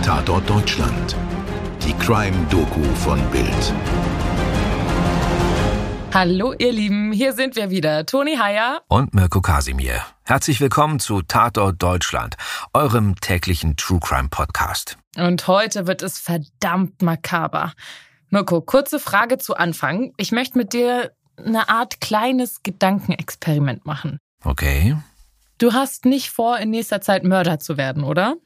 Tatort Deutschland. Die Crime-Doku von Bild. Hallo ihr Lieben, hier sind wir wieder, Toni Heyer und Mirko Kasimir. Herzlich willkommen zu Tatort Deutschland, eurem täglichen True Crime Podcast. Und heute wird es verdammt makaber. Mirko, kurze Frage zu Anfang. Ich möchte mit dir eine Art kleines Gedankenexperiment machen. Okay. Du hast nicht vor, in nächster Zeit Mörder zu werden, oder?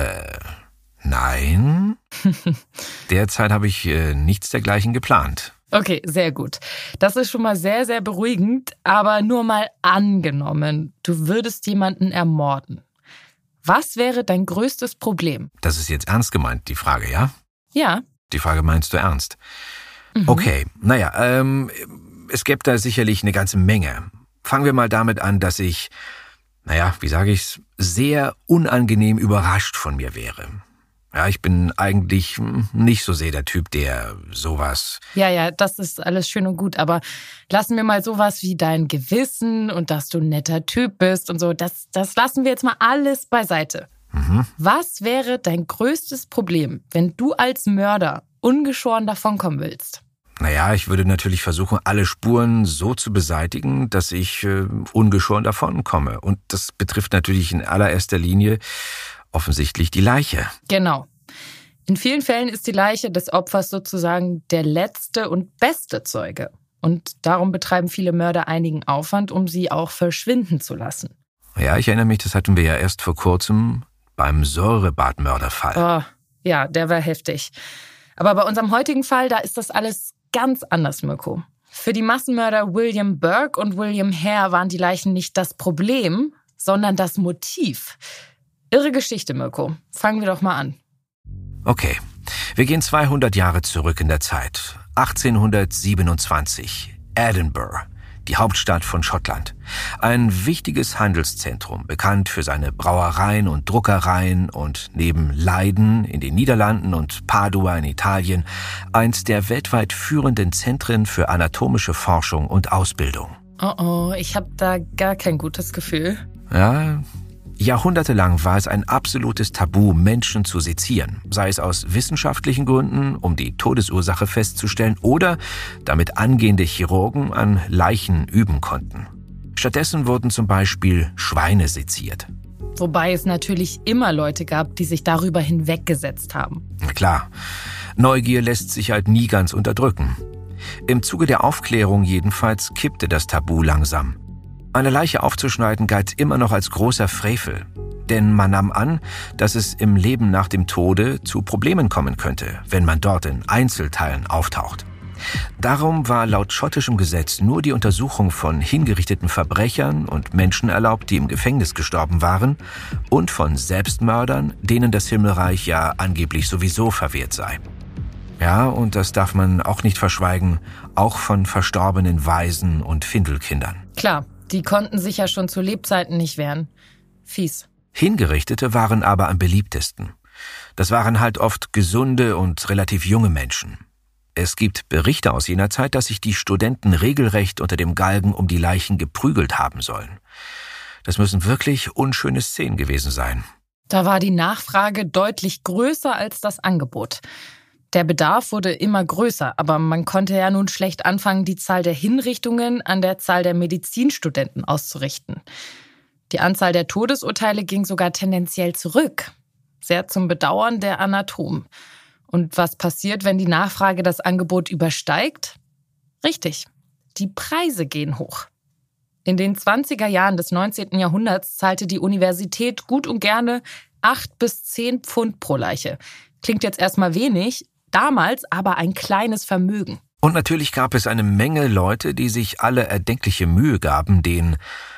Nein. Derzeit habe ich nichts dergleichen geplant. Okay, sehr gut. Das ist schon mal sehr, sehr beruhigend, aber nur mal angenommen, du würdest jemanden ermorden. Was wäre dein größtes Problem? Das ist jetzt ernst gemeint, die Frage, ja? Ja. Die Frage meinst du ernst? Okay, es gäbe da sicherlich eine ganze Menge. Fangen wir mal damit an, dass ich, sehr unangenehm überrascht von mir wäre. Ja, ich bin eigentlich nicht so sehr der Typ, der sowas... Ja, das ist alles schön und gut, aber lassen wir mal sowas wie dein Gewissen und dass du ein netter Typ bist und so, das lassen wir jetzt mal alles beiseite. Was wäre dein größtes Problem, wenn du als Mörder ungeschoren davonkommen willst? Ich würde natürlich versuchen, alle Spuren so zu beseitigen, dass ich ungeschoren davonkomme. Und das betrifft natürlich in allererster Linie offensichtlich die Leiche. Genau. In vielen Fällen ist die Leiche des Opfers sozusagen der letzte und beste Zeuge. Und darum betreiben viele Mörder einigen Aufwand, um sie auch verschwinden zu lassen. Ja, ich erinnere mich, das hatten wir ja erst vor kurzem beim Säurebadmörderfall. Oh, ja, der war heftig. Aber bei unserem heutigen Fall, da ist das alles ganz anders, Mirko. Für die Massenmörder William Burke und William Hare waren die Leichen nicht das Problem, sondern das Motiv. Irre Geschichte, Mirko. Fangen wir doch mal an. Okay, wir gehen 200 Jahre zurück in der Zeit. 1827, Edinburgh, die Hauptstadt von Schottland. Ein wichtiges Handelszentrum, bekannt für seine Brauereien und Druckereien und neben Leiden in den Niederlanden und Padua in Italien eins der weltweit führenden Zentren für anatomische Forschung und Ausbildung. Oh, ich habe da gar kein gutes Gefühl. Ja, jahrhundertelang war es ein absolutes Tabu, Menschen zu sezieren, sei es aus wissenschaftlichen Gründen, um die Todesursache festzustellen oder damit angehende Chirurgen an Leichen üben konnten. Stattdessen wurden zum Beispiel Schweine seziert. Wobei es natürlich immer Leute gab, die sich darüber hinweggesetzt haben. Klar, Neugier lässt sich halt nie ganz unterdrücken. Im Zuge der Aufklärung jedenfalls kippte das Tabu langsam. Eine Leiche aufzuschneiden galt immer noch als großer Frevel, denn man nahm an, dass es im Leben nach dem Tode zu Problemen kommen könnte, wenn man dort in Einzelteilen auftaucht. Darum war laut schottischem Gesetz nur die Untersuchung von hingerichteten Verbrechern und Menschen erlaubt, die im Gefängnis gestorben waren, und von Selbstmördern, denen das Himmelreich ja angeblich sowieso verwehrt sei. Ja, und das darf man auch nicht verschweigen, auch von verstorbenen Waisen und Findelkindern. Klar. Die konnten sich ja schon zu Lebzeiten nicht wehren. Fies. Hingerichtete waren aber am beliebtesten. Das waren halt oft gesunde und relativ junge Menschen. Es gibt Berichte aus jener Zeit, dass sich die Studenten regelrecht unter dem Galgen um die Leichen geprügelt haben sollen. Das müssen wirklich unschöne Szenen gewesen sein. Da war die Nachfrage deutlich größer als das Angebot. Der Bedarf wurde immer größer, aber man konnte ja nun schlecht anfangen, die Zahl der Hinrichtungen an der Zahl der Medizinstudenten auszurichten. Die Anzahl der Todesurteile ging sogar tendenziell zurück. Sehr zum Bedauern der Anatomen. Und was passiert, wenn die Nachfrage das Angebot übersteigt? Richtig, die Preise gehen hoch. In den 20er Jahren des 19. Jahrhunderts zahlte die Universität gut und gerne 8 bis 10 Pfund pro Leiche. Klingt jetzt erstmal wenig, damals aber ein kleines Vermögen. Und natürlich gab es eine Menge Leute, die sich alle erdenkliche Mühe gaben, den,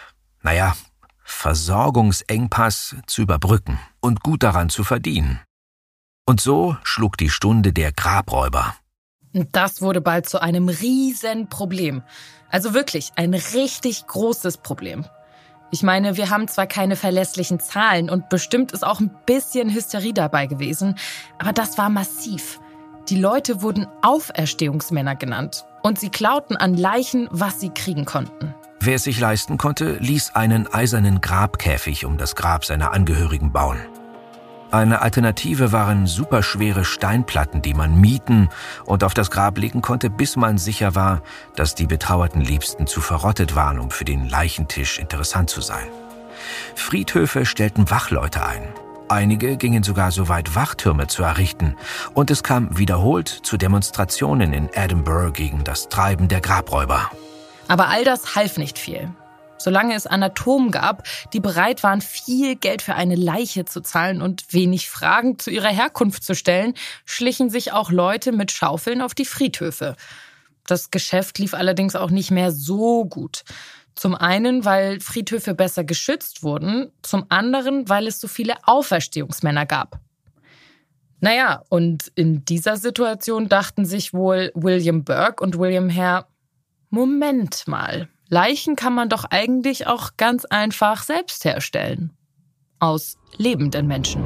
Versorgungsengpass zu überbrücken und gut daran zu verdienen. Und so schlug die Stunde der Grabräuber. Das wurde bald zu einem Riesenproblem. Also wirklich ein richtig großes Problem. Ich meine, wir haben zwar keine verlässlichen Zahlen und bestimmt ist auch ein bisschen Hysterie dabei gewesen, aber das war massiv. Die Leute wurden Auferstehungsmänner genannt und sie klauten an Leichen, was sie kriegen konnten. Wer es sich leisten konnte, ließ einen eisernen Grabkäfig um das Grab seiner Angehörigen bauen. Eine Alternative waren superschwere Steinplatten, die man mieten und auf das Grab legen konnte, bis man sicher war, dass die betrauerten Liebsten zu verrottet waren, um für den Leichentisch interessant zu sein. Friedhöfe stellten Wachleute ein. Einige gingen sogar so weit, Wachtürme zu errichten, und es kam wiederholt zu Demonstrationen in Edinburgh gegen das Treiben der Grabräuber. Aber all das half nicht viel. Solange es Anatomen gab, die bereit waren, viel Geld für eine Leiche zu zahlen und wenig Fragen zu ihrer Herkunft zu stellen, schlichen sich auch Leute mit Schaufeln auf die Friedhöfe. Das Geschäft lief allerdings auch nicht mehr so gut. Zum einen, weil Friedhöfe besser geschützt wurden, zum anderen, weil es so viele Auferstehungsmänner gab. Naja, und in dieser Situation dachten sich wohl William Burke und William Hare, Moment mal, Leichen kann man doch eigentlich auch ganz einfach selbst herstellen. Aus lebenden Menschen.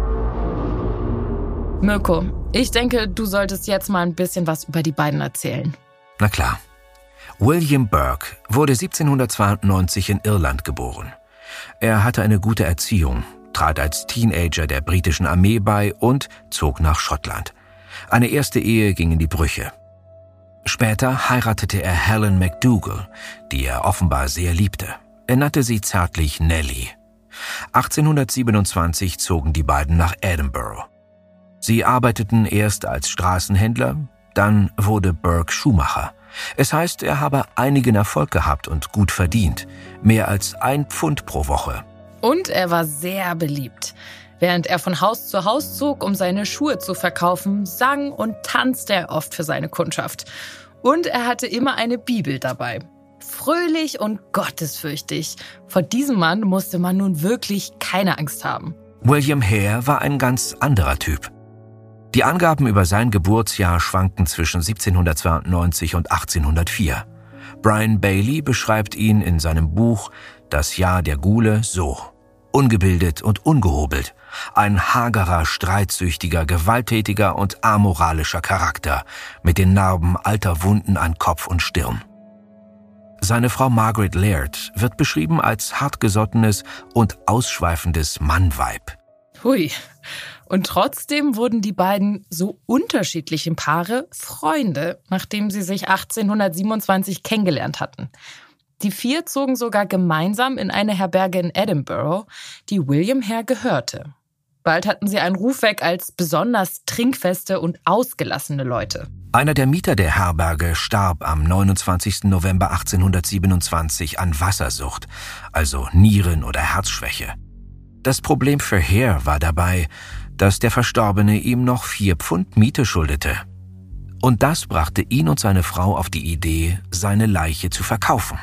Mirko, ich denke, du solltest jetzt mal ein bisschen was über die beiden erzählen. Na klar. William Burke wurde 1792 in Irland geboren. Er hatte eine gute Erziehung, trat als Teenager der britischen Armee bei und zog nach Schottland. Eine erste Ehe ging in die Brüche. Später heiratete er Helen McDougall, die er offenbar sehr liebte. Er nannte sie zärtlich Nellie. 1827 zogen die beiden nach Edinburgh. Sie arbeiteten erst als Straßenhändler, dann wurde Burke Schuhmacher. Es heißt, er habe einigen Erfolg gehabt und gut verdient, mehr als 1 Pfund pro Woche. Und er war sehr beliebt. Während er von Haus zu Haus zog, um seine Schuhe zu verkaufen, sang und tanzte er oft für seine Kundschaft. Und er hatte immer eine Bibel dabei. Fröhlich und gottesfürchtig. Vor diesem Mann musste man nun wirklich keine Angst haben. William Hare war ein ganz anderer Typ. Die Angaben über sein Geburtsjahr schwankten zwischen 1792 und 1804. Brian Bailey beschreibt ihn in seinem Buch »Das Jahr der Gule« so: ungebildet und ungehobelt, ein hagerer, streitsüchtiger, gewalttätiger und amoralischer Charakter mit den Narben alter Wunden an Kopf und Stirn. Seine Frau Margaret Laird wird beschrieben als hartgesottenes und ausschweifendes Mannweib. Hui. Und trotzdem wurden die beiden so unterschiedlichen Paare Freunde, nachdem sie sich 1827 kennengelernt hatten. Die 4 zogen sogar gemeinsam in eine Herberge in Edinburgh, die William Hare gehörte. Bald hatten sie einen Ruf weg als besonders trinkfeste und ausgelassene Leute. Einer der Mieter der Herberge starb am 29. November 1827 an Wassersucht, also Nieren- oder Herzschwäche. Das Problem für Hare war dabei, dass der Verstorbene ihm noch 4 Pfund Miete schuldete. Und das brachte ihn und seine Frau auf die Idee, seine Leiche zu verkaufen.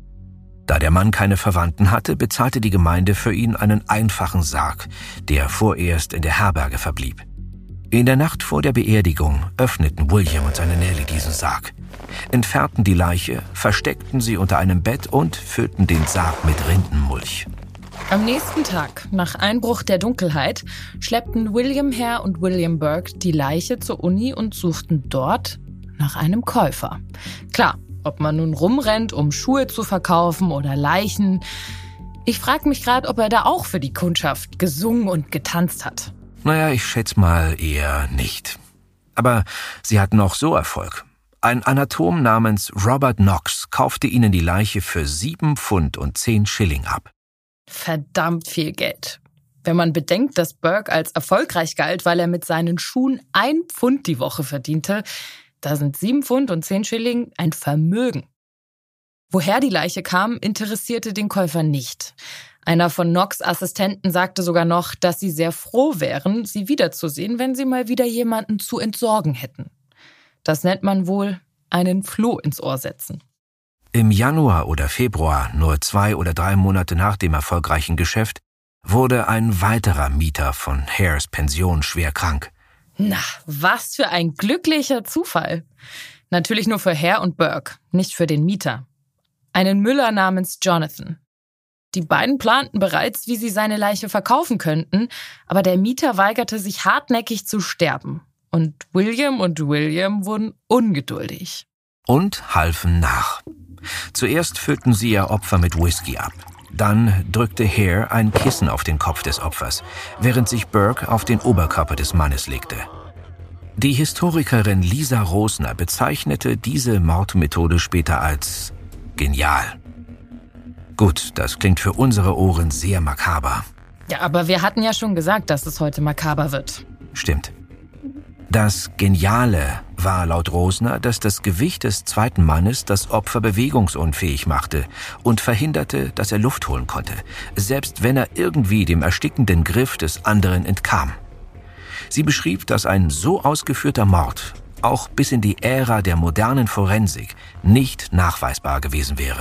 Da der Mann keine Verwandten hatte, bezahlte die Gemeinde für ihn einen einfachen Sarg, der vorerst in der Herberge verblieb. In der Nacht vor der Beerdigung öffneten William und seine Nellie diesen Sarg, entfernten die Leiche, versteckten sie unter einem Bett und füllten den Sarg mit Rindenmulch. Am nächsten Tag, nach Einbruch der Dunkelheit, schleppten William Hare und William Burke die Leiche zur Uni und suchten dort nach einem Käufer. Klar, ob man nun rumrennt, um Schuhe zu verkaufen oder Leichen. Ich frage mich gerade, ob er da auch für die Kundschaft gesungen und getanzt hat. Naja, ich schätze mal eher nicht. Aber sie hatten auch so Erfolg. Ein Anatom namens Robert Knox kaufte ihnen die Leiche für 7 Pfund und 10 Schilling ab. Verdammt viel Geld. Wenn man bedenkt, dass Burke als erfolgreich galt, weil er mit seinen Schuhen 1 Pfund die Woche verdiente, da sind 7 Pfund und 10 Schilling ein Vermögen. Woher die Leiche kam, interessierte den Käufer nicht. Einer von Knox' Assistenten sagte sogar noch, dass sie sehr froh wären, sie wiederzusehen, wenn sie mal wieder jemanden zu entsorgen hätten. Das nennt man wohl einen Floh ins Ohr setzen. Im Januar oder Februar, nur 2 oder 3 Monate nach dem erfolgreichen Geschäft, wurde ein weiterer Mieter von Hares Pension schwer krank. Na, was für ein glücklicher Zufall. Natürlich nur für Hare und Burke, nicht für den Mieter. Einen Müller namens Jonathan. Die beiden planten bereits, wie sie seine Leiche verkaufen könnten, aber der Mieter weigerte sich hartnäckig zu sterben. Und William wurden ungeduldig. Und halfen nach. Zuerst füllten sie ihr Opfer mit Whisky ab. Dann drückte Hare ein Kissen auf den Kopf des Opfers, während sich Burke auf den Oberkörper des Mannes legte. Die Historikerin Lisa Rosner bezeichnete diese Mordmethode später als genial. Gut, das klingt für unsere Ohren sehr makaber. Ja, aber wir hatten ja schon gesagt, dass es heute makaber wird. Stimmt. Das Geniale war laut Rosner, dass das Gewicht des zweiten Mannes das Opfer bewegungsunfähig machte und verhinderte, dass er Luft holen konnte, selbst wenn er irgendwie dem erstickenden Griff des anderen entkam. Sie beschrieb, dass ein so ausgeführter Mord auch bis in die Ära der modernen Forensik nicht nachweisbar gewesen wäre.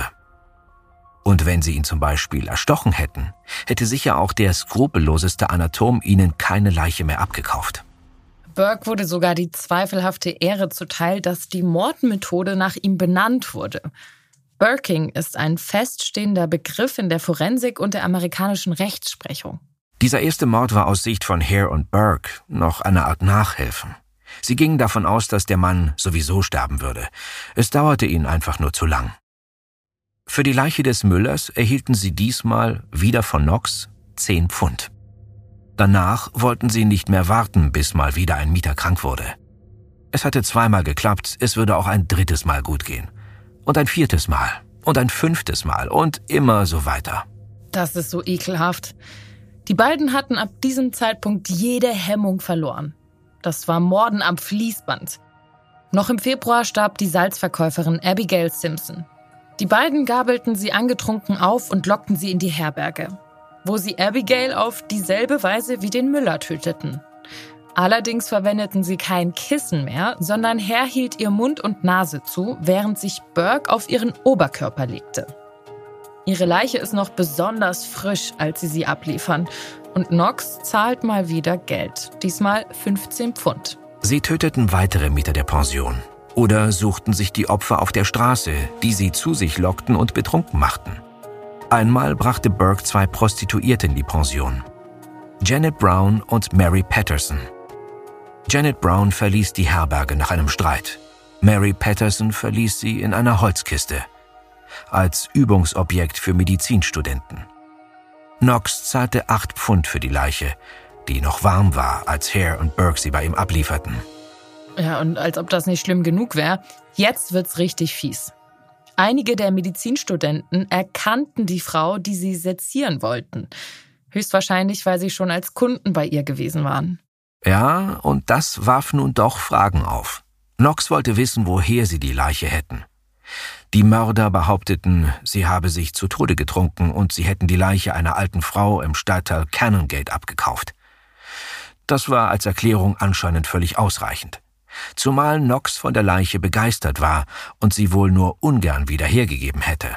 Und wenn sie ihn zum Beispiel erstochen hätten, hätte sicher auch der skrupelloseste Anatom ihnen keine Leiche mehr abgekauft. Burke wurde sogar die zweifelhafte Ehre zuteil, dass die Mordmethode nach ihm benannt wurde. Burking ist ein feststehender Begriff in der Forensik und der amerikanischen Rechtsprechung. Dieser erste Mord war aus Sicht von Hare und Burke noch eine Art Nachhelfen. Sie gingen davon aus, dass der Mann sowieso sterben würde. Es dauerte ihnen einfach nur zu lang. Für die Leiche des Müllers erhielten sie diesmal wieder von Knox 10 Pfund. Danach wollten sie nicht mehr warten, bis mal wieder ein Mieter krank wurde. Es hatte 2-mal geklappt, es würde auch ein 3. Mal gut gehen. Und ein 4. Mal. Und ein 5. Mal. Und immer so weiter. Das ist so ekelhaft. Die beiden hatten ab diesem Zeitpunkt jede Hemmung verloren. Das war Morden am Fließband. Noch im Februar starb die Salzverkäuferin Abigail Simpson. Die beiden gabelten sie angetrunken auf und lockten sie in die Herberge, wo sie Abigail auf dieselbe Weise wie den Müller töteten. Allerdings verwendeten sie kein Kissen mehr, sondern Hare hielt ihr Mund und Nase zu, während sich Burke auf ihren Oberkörper legte. Ihre Leiche ist noch besonders frisch, als sie abliefern. Und Knox zahlt mal wieder Geld, diesmal 15 Pfund. Sie töteten weitere Mieter der Pension oder suchten sich die Opfer auf der Straße, die sie zu sich lockten und betrunken machten. Einmal brachte Burke 2 Prostituierte in die Pension. Janet Brown und Mary Patterson. Janet Brown verließ die Herberge nach einem Streit. Mary Patterson verließ sie in einer Holzkiste. Als Übungsobjekt für Medizinstudenten. Knox zahlte 8 Pfund für die Leiche, die noch warm war, als Hare und Burke sie bei ihm ablieferten. Ja, und als ob das nicht schlimm genug wäre, jetzt wird's richtig fies. Einige der Medizinstudenten erkannten die Frau, die sie sezieren wollten. Höchstwahrscheinlich, weil sie schon als Kunden bei ihr gewesen waren. Ja, und das warf nun doch Fragen auf. Knox wollte wissen, woher sie die Leiche hätten. Die Mörder behaupteten, sie habe sich zu Tode getrunken und sie hätten die Leiche einer alten Frau im Stadtteil Canongate abgekauft. Das war als Erklärung anscheinend völlig ausreichend. Zumal Knox von der Leiche begeistert war und sie wohl nur ungern wieder hergegeben hätte.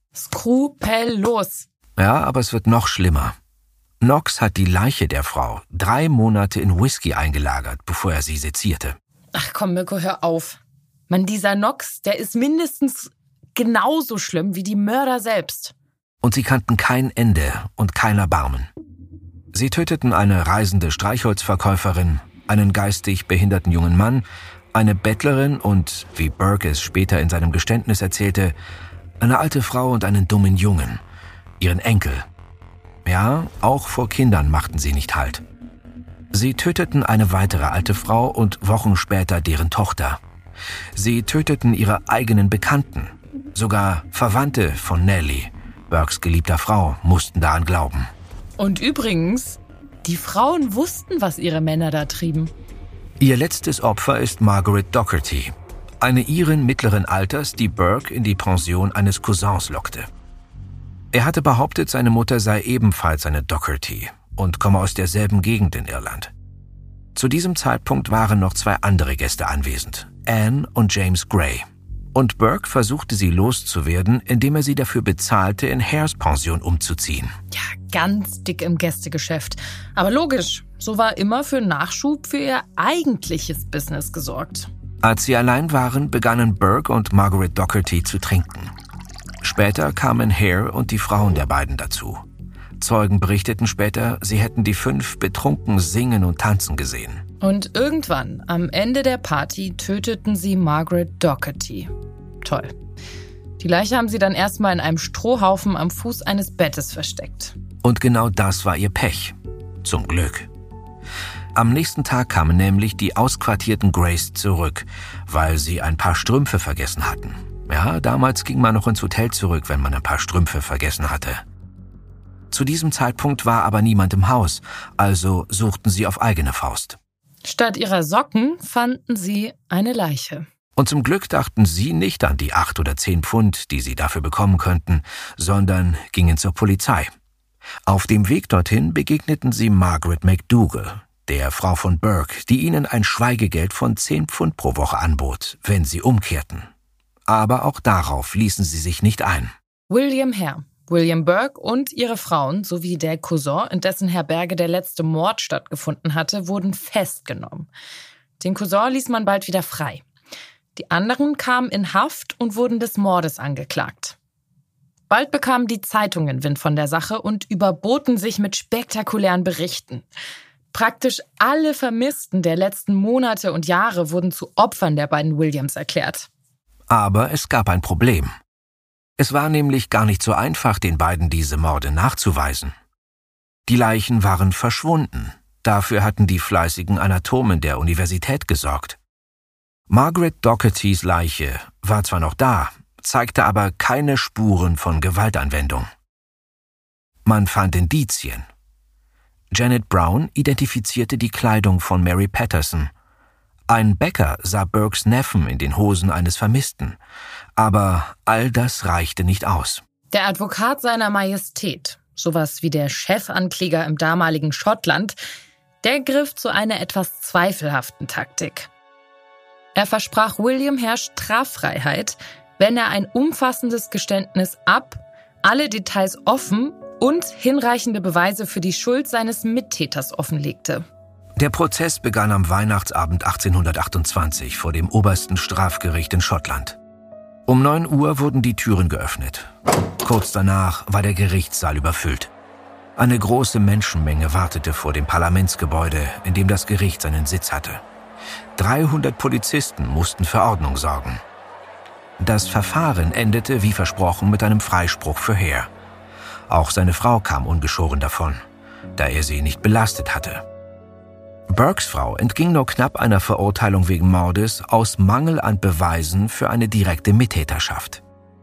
Skrupellos. Ja, aber es wird noch schlimmer. Knox hat die Leiche der Frau 3 Monate in Whisky eingelagert, bevor er sie sezierte. Ach komm, Mirko, hör auf. Mann, dieser Knox, der ist mindestens genauso schlimm wie die Mörder selbst. Und sie kannten kein Ende und kein Erbarmen. Sie töteten eine reisende Streichholzverkäuferin, einen geistig behinderten jungen Mann, eine Bettlerin und, wie Burke es später in seinem Geständnis erzählte, eine alte Frau und einen dummen Jungen, ihren Enkel. Ja, auch vor Kindern machten sie nicht Halt. Sie töteten eine weitere alte Frau und Wochen später deren Tochter. Sie töteten ihre eigenen Bekannten. Sogar Verwandte von Nellie, Burkes geliebter Frau, mussten daran glauben. Und übrigens, die Frauen wussten, was ihre Männer da trieben. Ihr letztes Opfer ist Margaret Docherty, eine Irin mittleren Alters, die Burke in die Pension eines Cousins lockte. Er hatte behauptet, seine Mutter sei ebenfalls eine Docherty und komme aus derselben Gegend in Irland. Zu diesem Zeitpunkt waren noch 2 andere Gäste anwesend, Anne und James Gray. Und Burke versuchte sie loszuwerden, indem er sie dafür bezahlte, in Hares Pension umzuziehen. Ja, ganz dick im Gästegeschäft. Aber logisch, so war immer für Nachschub für ihr eigentliches Business gesorgt. Als sie allein waren, begannen Burke und Margaret Docherty zu trinken. Später kamen Hare und die Frauen der beiden dazu. Zeugen berichteten später, sie hätten die 5 betrunken singen und tanzen gesehen. Und irgendwann, am Ende der Party, töteten sie Margaret Docherty. Toll. Die Leiche haben sie dann erstmal in einem Strohhaufen am Fuß eines Bettes versteckt. Und genau das war ihr Pech. Zum Glück. Am nächsten Tag kamen nämlich die ausquartierten Grays zurück, weil sie ein paar Strümpfe vergessen hatten. Ja, damals ging man noch ins Hotel zurück, wenn man ein paar Strümpfe vergessen hatte. Zu diesem Zeitpunkt war aber niemand im Haus, also suchten sie auf eigene Faust. Statt ihrer Socken fanden sie eine Leiche. Und zum Glück dachten sie nicht an die 8 oder 10 Pfund, die sie dafür bekommen könnten, sondern gingen zur Polizei. Auf dem Weg dorthin begegneten sie Margaret McDougall, der Frau von Burke, die ihnen ein Schweigegeld von 10 Pfund pro Woche anbot, wenn sie umkehrten. Aber auch darauf ließen sie sich nicht ein. William Hare, William Burke und ihre Frauen sowie der Cousin, in dessen Herberge der letzte Mord stattgefunden hatte, wurden festgenommen. Den Cousin ließ man bald wieder frei. Die anderen kamen in Haft und wurden des Mordes angeklagt. Bald bekamen die Zeitungen Wind von der Sache und überboten sich mit spektakulären Berichten. Praktisch alle Vermissten der letzten Monate und Jahre wurden zu Opfern der beiden Williams erklärt. Aber es gab ein Problem. Es war nämlich gar nicht so einfach, den beiden diese Morde nachzuweisen. Die Leichen waren verschwunden. Dafür hatten die fleißigen Anatomen der Universität gesorgt. Margaret Doughertys Leiche war zwar noch da, zeigte aber keine Spuren von Gewaltanwendung. Man fand Indizien. Janet Brown identifizierte die Kleidung von Mary Patterson. Ein Bäcker sah Burkes Neffen in den Hosen eines Vermissten. Aber all das reichte nicht aus. Der Advokat seiner Majestät, sowas wie der Chefankläger im damaligen Schottland, der griff zu einer etwas zweifelhaften Taktik. Er versprach William Hare Straffreiheit, wenn er ein umfassendes Geständnis alle Details offen und hinreichende Beweise für die Schuld seines Mittäters offenlegte. Der Prozess begann am Weihnachtsabend 1828 vor dem obersten Strafgericht in Schottland. Um 9 Uhr wurden die Türen geöffnet. Kurz danach war der Gerichtssaal überfüllt. Eine große Menschenmenge wartete vor dem Parlamentsgebäude, in dem das Gericht seinen Sitz hatte. 300 Polizisten mussten für Ordnung sorgen. Das Verfahren endete, wie versprochen, mit einem Freispruch für Hare. Auch seine Frau kam ungeschoren davon, da er sie nicht belastet hatte. Burkes Frau entging nur knapp einer Verurteilung wegen Mordes aus Mangel an Beweisen für eine direkte Mittäterschaft.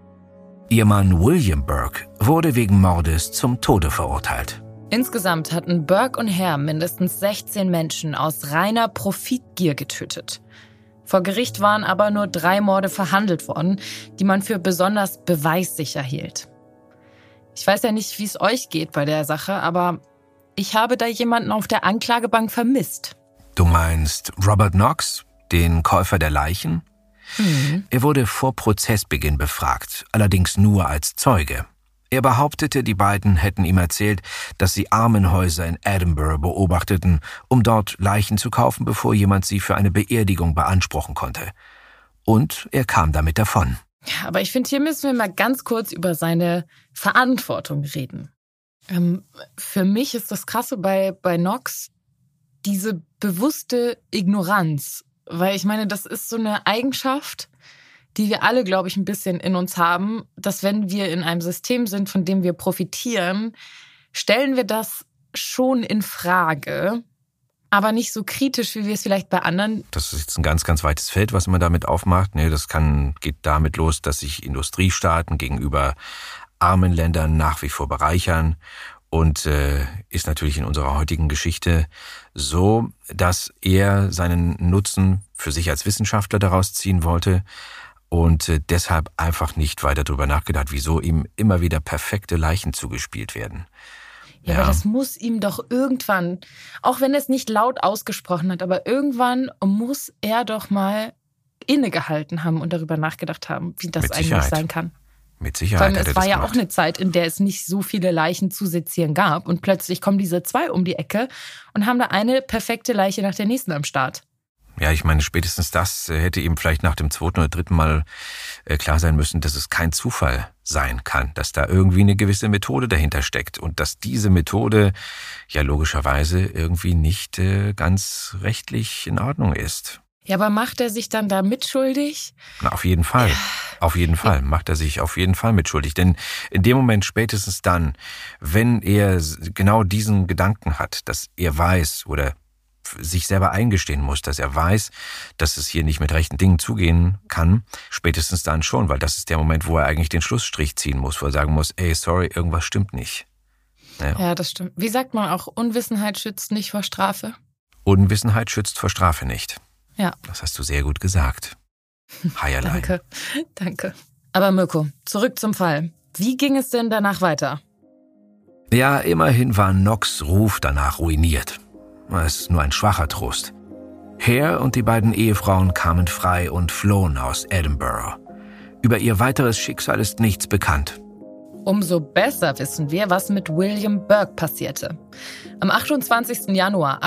Ihr Mann William Burke wurde wegen Mordes zum Tode verurteilt. Insgesamt hatten Burke und Hare mindestens 16 Menschen aus reiner Profitgier getötet. Vor Gericht waren aber nur 3 Morde verhandelt worden, die man für besonders beweissicher hielt. Ich weiß ja nicht, wie es euch geht bei der Sache, aber ich habe da jemanden auf der Anklagebank vermisst. Du meinst Robert Knox, den Käufer der Leichen? Er wurde vor Prozessbeginn befragt, allerdings nur als Zeuge. Er behauptete, die beiden hätten ihm erzählt, dass sie Armenhäuser in Edinburgh beobachteten, um dort Leichen zu kaufen, bevor jemand sie für eine Beerdigung beanspruchen konnte. Und er kam damit davon. Ja, aber ich finde, hier müssen wir mal ganz kurz über seine Verantwortung reden. Für mich ist das Krasse bei Knox diese bewusste Ignoranz. Weil ich meine, das ist so eine Eigenschaft, die wir alle, glaube ich, ein bisschen in uns haben, dass wenn wir in einem System sind, von dem wir profitieren, stellen wir das schon in Frage, aber nicht so kritisch, wie wir es vielleicht bei anderen. Das ist jetzt ein ganz, ganz weites Feld, was man damit aufmacht. Das geht damit los, dass sich Industriestaaten gegenüber armen Ländern nach wie vor bereichern und ist natürlich in unserer heutigen Geschichte so, dass er seinen Nutzen für sich als Wissenschaftler daraus ziehen wollte und deshalb einfach nicht weiter darüber nachgedacht, wieso ihm immer wieder perfekte Leichen zugespielt werden. Ja, aber das muss ihm doch irgendwann, auch wenn er es nicht laut ausgesprochen hat, aber irgendwann muss er doch mal innegehalten haben und darüber nachgedacht haben, wie das eigentlich sein kann. Mit Sicherheit. Weil es war ja auch eine Zeit, in der es nicht so viele Leichen zu sezieren gab. Und plötzlich kommen diese 2 um die Ecke und haben da eine perfekte Leiche nach der nächsten am Start. Ja, ich meine, spätestens das hätte ihm vielleicht nach dem 2. oder 3. Mal klar sein müssen, dass es kein Zufall sein kann, dass da irgendwie eine gewisse Methode dahinter steckt und dass diese Methode ja logischerweise irgendwie nicht ganz rechtlich in Ordnung ist. Ja, aber macht er sich dann da mitschuldig? Na, auf jeden Fall. Auf jeden Fall macht er sich auf jeden Fall mitschuldig. Denn in dem Moment, spätestens dann, wenn er genau diesen Gedanken hat, dass er weiß oder sich selber eingestehen muss, dass er weiß, dass es hier nicht mit rechten Dingen zugehen kann, spätestens dann schon, weil das ist der Moment, wo er eigentlich den Schlussstrich ziehen muss, wo er sagen muss, ey, sorry, irgendwas stimmt nicht. Ja, das stimmt. Wie sagt man auch, Unwissenheit schützt nicht vor Strafe? Unwissenheit schützt vor Strafe nicht. Ja. Das hast du sehr gut gesagt. Heierlein. Danke. Aber Mirko, zurück zum Fall. Wie ging es denn danach weiter? Ja, immerhin war Knox' Ruf danach ruiniert. Es ist nur ein schwacher Trost. Hare und die beiden Ehefrauen kamen frei und flohen aus Edinburgh. Über ihr weiteres Schicksal ist nichts bekannt. Umso besser wissen wir, was mit William Burke passierte. Am 28. Januar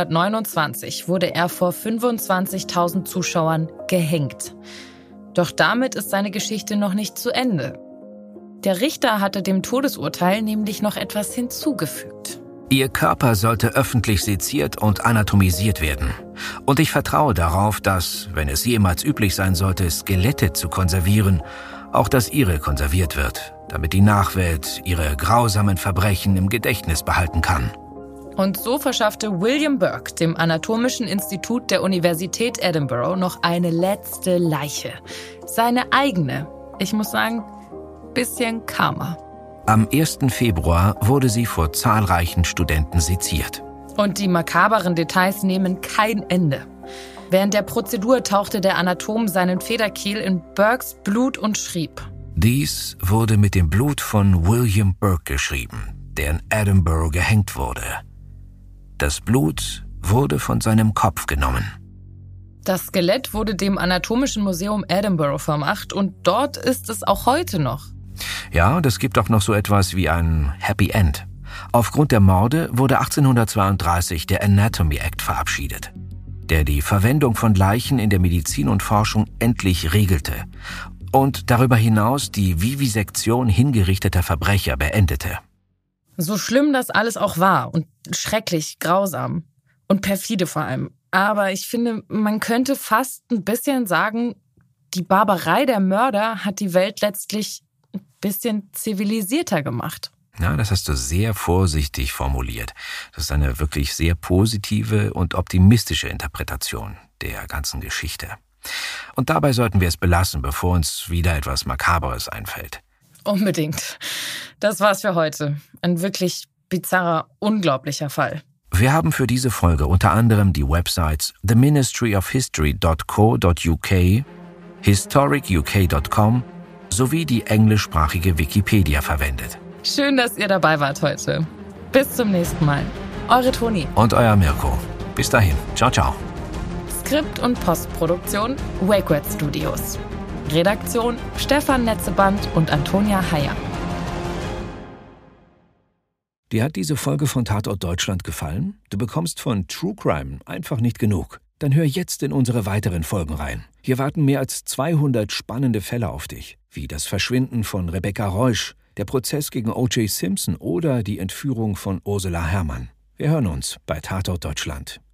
1829 wurde er vor 25.000 Zuschauern gehängt. Doch damit ist seine Geschichte noch nicht zu Ende. Der Richter hatte dem Todesurteil nämlich noch etwas hinzugefügt. Ihr Körper sollte öffentlich seziert und anatomisiert werden. Und ich vertraue darauf, dass, wenn es jemals üblich sein sollte, Skelette zu konservieren, auch das ihre konserviert wird, damit die Nachwelt ihre grausamen Verbrechen im Gedächtnis behalten kann. Und so verschaffte William Burke dem Anatomischen Institut der Universität Edinburgh noch eine letzte Leiche. Seine eigene. Ich muss sagen, bisschen Karma. Am 1. Februar wurde sie vor zahlreichen Studenten seziert. Und die makaberen Details nehmen kein Ende. Während der Prozedur tauchte der Anatom seinen Federkiel in Burkes Blut und schrieb: Dies wurde mit dem Blut von William Burke geschrieben, der in Edinburgh gehängt wurde. Das Blut wurde von seinem Kopf genommen. Das Skelett wurde dem Anatomischen Museum Edinburgh vermacht und dort ist es auch heute noch. Ja, und es gibt auch noch so etwas wie ein Happy End. Aufgrund der Morde wurde 1832 der Anatomy Act verabschiedet, der die Verwendung von Leichen in der Medizin und Forschung endlich regelte und darüber hinaus die Vivisektion hingerichteter Verbrecher beendete. So schlimm das alles auch war und schrecklich, grausam und perfide vor allem. Aber ich finde, man könnte fast ein bisschen sagen, die Barbarei der Mörder hat die Welt letztlich ein bisschen zivilisierter gemacht. Ja, das hast du sehr vorsichtig formuliert. Das ist eine wirklich sehr positive und optimistische Interpretation der ganzen Geschichte. Und dabei sollten wir es belassen, bevor uns wieder etwas Makaberes einfällt. Unbedingt. Das war's für heute. Ein wirklich bizarrer, unglaublicher Fall. Wir haben für diese Folge unter anderem die Websites theministryofhistory.co.uk, historicuk.com sowie die englischsprachige Wikipedia verwendet. Schön, dass ihr dabei wart heute. Bis zum nächsten Mal. Eure Toni. Und euer Mirko. Bis dahin. Ciao, ciao. Skript und Postproduktion WakeWord Studios. Redaktion Stefan Netzeband und Antonia Heyer. Dir hat diese Folge von Tatort Deutschland gefallen? Du bekommst von True Crime einfach nicht genug. Dann hör jetzt in unsere weiteren Folgen rein. Hier warten mehr als 200 spannende Fälle auf dich, wie das Verschwinden von Rebecca Reusch, der Prozess gegen O.J. Simpson oder die Entführung von Ursula Herrmann. Wir hören uns bei Tatort Deutschland.